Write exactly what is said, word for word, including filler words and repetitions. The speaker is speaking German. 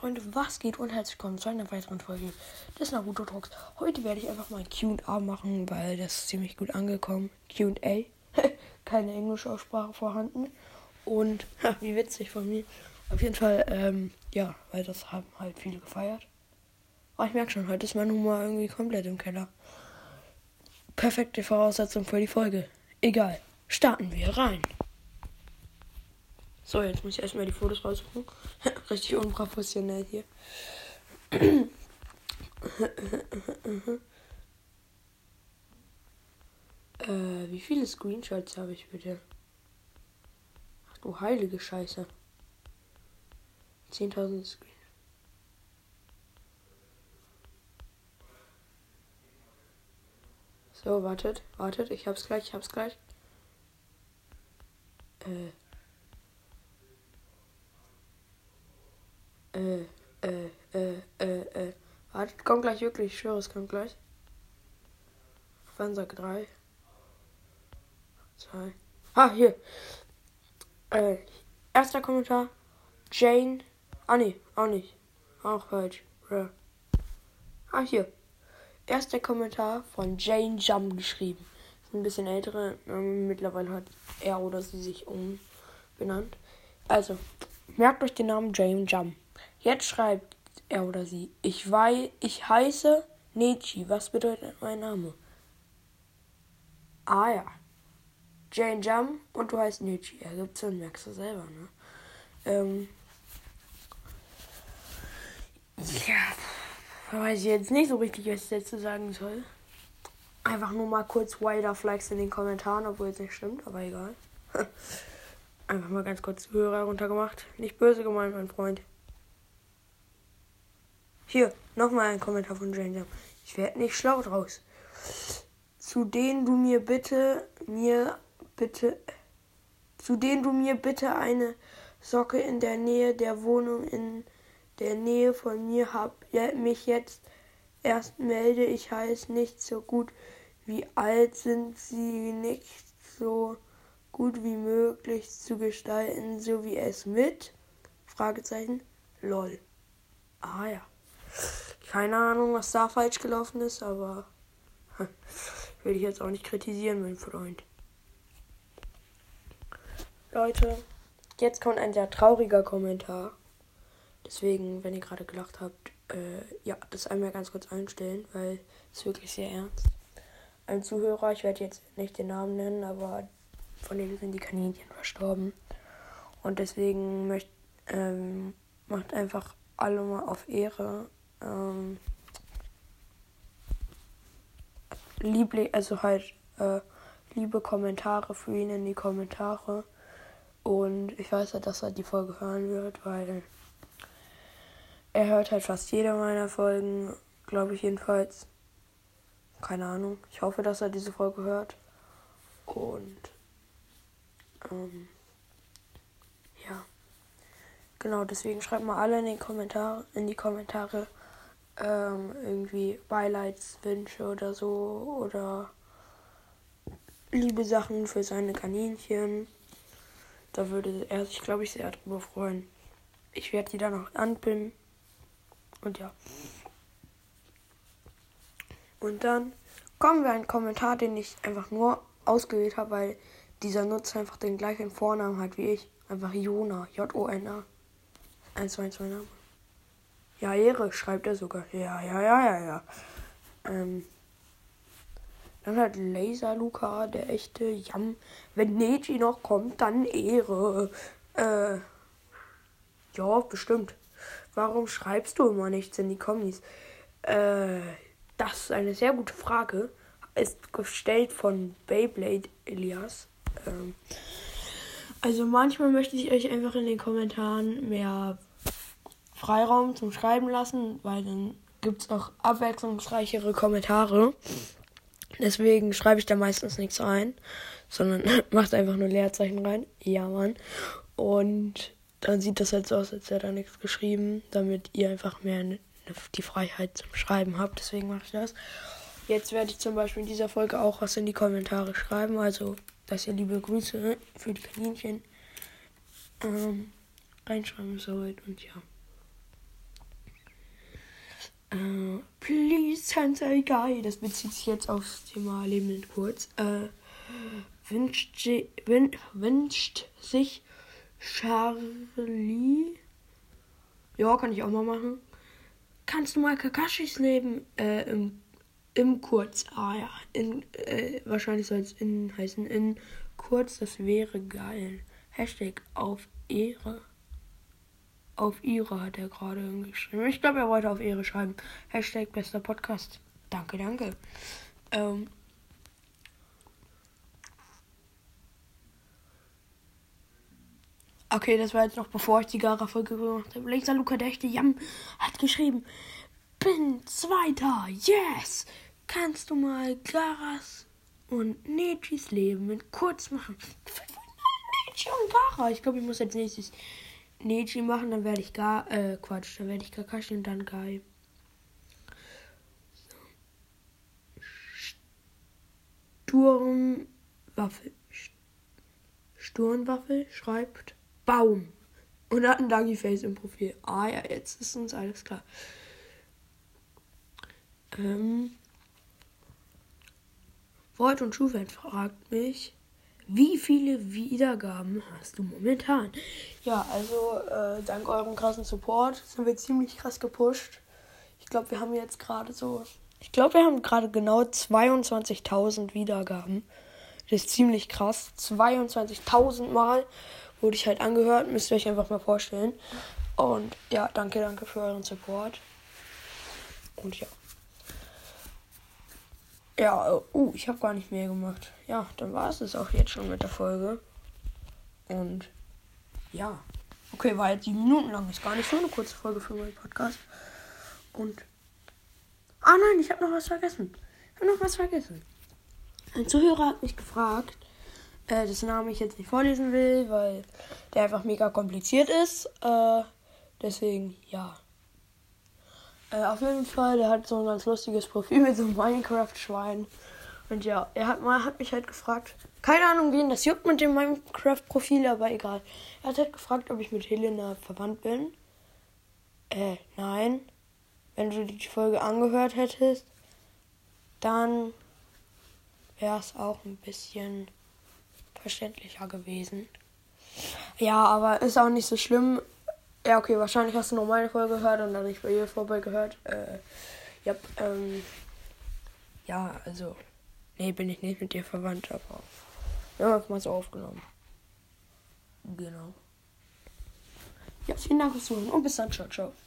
Freunde, was geht und herzlich willkommen zu einer weiteren Folge des Naruto Talks. Heute werde ich einfach mal ein Q und A machen, weil das ist ziemlich gut angekommen. Q und A, keine Englischaussprache vorhanden und ha, wie witzig von mir. Auf jeden Fall, ähm, ja, weil das haben halt viele gefeiert. Aber ich merke schon, heute ist mein Humor irgendwie komplett im Keller. Perfekte Voraussetzung für die Folge. Egal, starten wir rein. So, jetzt muss ich erstmal die Fotos raussuchen. Richtig unprofessionell hier. äh, wie viele Screenshots habe ich bitte? Ach du heilige Scheiße. zehntausend Screenshots. So, wartet, wartet. Ich hab's gleich, ich hab's gleich. Äh. Äh, äh, äh, äh, äh. Wartet, kommt gleich wirklich. Ich schwöre, es kommt gleich. Wann sag drei? zwei. Ah, hier. Äh, erster Kommentar. Jane. Ah, nee, auch nicht. Auch falsch. Ja. Ah, hier. Erster Kommentar von Jane Jam geschrieben. Ist ein bisschen ältere. Ähm, mittlerweile hat er oder sie sich umbenannt. Also, merkt euch den Namen Jane Jam. Jetzt schreibt er oder sie. Ich weiß, ich heiße Nechi. Was bedeutet mein Name? Ah ja. Jane Jam und du heißt Nechi. Ergibt Sinn, merkst du selber, ne? Ähm. Ja. Weiß ich jetzt nicht so richtig, was ich dazu sagen soll. Einfach nur mal kurz Wider Flags in den Kommentaren, obwohl es nicht stimmt, aber egal. Einfach mal ganz kurz die Hörer runtergemacht. Nicht böse gemeint, mein Freund. Hier, nochmal ein Kommentar von Jane Jam. Ich werde nicht schlau draus. Zu denen du mir bitte, mir bitte, zu denen du mir bitte eine Socke in der Nähe der Wohnung in der Nähe von mir hab mich jetzt erst melde. Ich heiße nicht so gut wie alt, sind sie nicht so gut wie möglich zu gestalten, so wie es mit Fragezeichen lol. Ah ja. Keine Ahnung, was da falsch gelaufen ist, aber will ich jetzt auch nicht kritisieren, mein Freund. Leute, jetzt kommt ein sehr trauriger Kommentar. Deswegen, wenn ihr gerade gelacht habt, äh, ja, das einmal ganz kurz einstellen, weil es wirklich sehr ernst. Ein Zuhörer, ich werde jetzt nicht den Namen nennen, aber von dem sind die Kaninchen verstorben. Und deswegen möcht, ähm, macht einfach alle mal auf Ehre ähm, lieblich, also halt äh, liebe Kommentare für ihn in die Kommentare. Und ich weiß halt, dass er die Folge hören wird, weil er hört halt fast jede meiner Folgen, glaube ich jedenfalls. Keine Ahnung. Ich hoffe, dass er diese Folge hört. Und ähm, ja. Genau, deswegen schreibt mal alle in die Kommentare, in die Kommentare ähm, irgendwie Beileidswünsche oder so. Oder liebe Sachen für seine Kaninchen. Da würde er sich, glaube ich, sehr drüber freuen. Ich werde die dann auch anpinnen. Und ja. Und dann kommen wir einen Kommentar, den ich einfach nur ausgewählt habe, weil dieser Nutzer einfach den gleichen Vornamen hat wie ich. Einfach Jona. J O N A. eins, zwei, zwei Namen. Ja, Ehre, schreibt er sogar. Ja, ja, ja, ja, ja. Ähm. Dann hat Laser Luca, der echte Jam. Wenn Neji noch kommt, dann Ehre. Äh. Ja, bestimmt. Warum schreibst du immer nichts in die Kommis? Äh, das ist eine sehr gute Frage. Ist gestellt von Beyblade Elias. Ähm, also manchmal möchte ich euch einfach in den Kommentaren mehr Freiraum zum Schreiben lassen, weil dann gibt es auch abwechslungsreichere Kommentare. Deswegen schreibe ich da meistens nichts rein, sondern macht einfach nur Leerzeichen rein. Ja, Mann. Und dann sieht das halt so aus, als wäre da nichts geschrieben, damit ihr einfach mehr die Freiheit zum Schreiben habt. Deswegen mache ich das. Jetzt werde ich zum Beispiel in dieser Folge auch was in die Kommentare schreiben. Also, dass ihr liebe Grüße für die Kaninchen ähm, reinschreiben sollt. Und ja. Sensei Guy. Das bezieht sich jetzt aufs Thema Leben in kurz. Äh, wünscht, si- wün, wünscht sich Charlie. Ja, kann ich auch mal machen. Kannst du mal Kakashis Leben äh, im, im Kurz. Ah ja, in, äh, wahrscheinlich soll es in heißen. In Kurz, das wäre geil. Hashtag auf Ehre. Auf Ihre hat er gerade geschrieben. Ich glaube, er wollte auf Ehre schreiben. Hashtag bester Podcast. Danke, danke. Ähm. Okay, das war jetzt noch bevor ich die Gara-Folge gemacht habe. Laser Luca Dächte Jam hat geschrieben: Bin Zweiter, yes! Kannst du mal Garas und Nejis Leben in kurz machen? Neji und Gara. Ich glaube, ich muss als nächstes Neji machen, dann werde ich gar, äh, Quatsch, dann werde ich Kakashi und dann Guy. Sturmwaffel. Sturmwaffel schreibt Baum. Und hat ein Doggy Face im Profil. Ah ja, jetzt ist uns alles klar. Ähm. Wort und Schulwelt fragt mich, wie viele Wiedergaben hast du momentan? Ja, also äh, dank eurem krassen Support sind wir ziemlich krass gepusht. Ich glaube, wir haben jetzt gerade so... Ich glaube, wir haben gerade genau zweiundzwanzigtausend Wiedergaben. Das ist ziemlich krass. zweiundzwanzigtausend Mal wurde ich halt angehört. Müsst ihr euch einfach mal vorstellen. Und ja, danke, danke für euren Support. Und ja. Ja, uh, ich habe gar nicht mehr gemacht. Ja, dann war es es auch jetzt schon mit der Folge. Und ja. Okay, war jetzt sieben Minuten lang. Ist gar nicht so eine kurze Folge für meinen Podcast. Und ah nein, ich habe noch was vergessen. Ich habe noch was vergessen. Ein Zuhörer hat mich gefragt, äh, dessen Namen ich jetzt nicht vorlesen will, weil der einfach mega kompliziert ist. Äh, deswegen, ja. Äh, auf jeden Fall, der hat so ein ganz lustiges Profil mit so einem Minecraft-Schwein. Und ja, er hat mal hat mich halt gefragt, keine Ahnung, wen das juckt mit dem Minecraft-Profil, aber egal. Er hat halt gefragt, ob ich mit Helena verwandt bin. Äh, nein. Wenn du die Folge angehört hättest, dann wäre es auch ein bisschen verständlicher gewesen. Ja, aber ist auch nicht so schlimm. Ja, okay, wahrscheinlich hast du noch meine Folge gehört und dann nicht bei ihr vorbei gehört. Äh, ja, ähm, ja, also, nee, bin ich nicht mit dir verwandt, aber wir haben einfach mal so aufgenommen. Genau. Ja, vielen Dank fürs Zuhören und bis dann, ciao, ciao.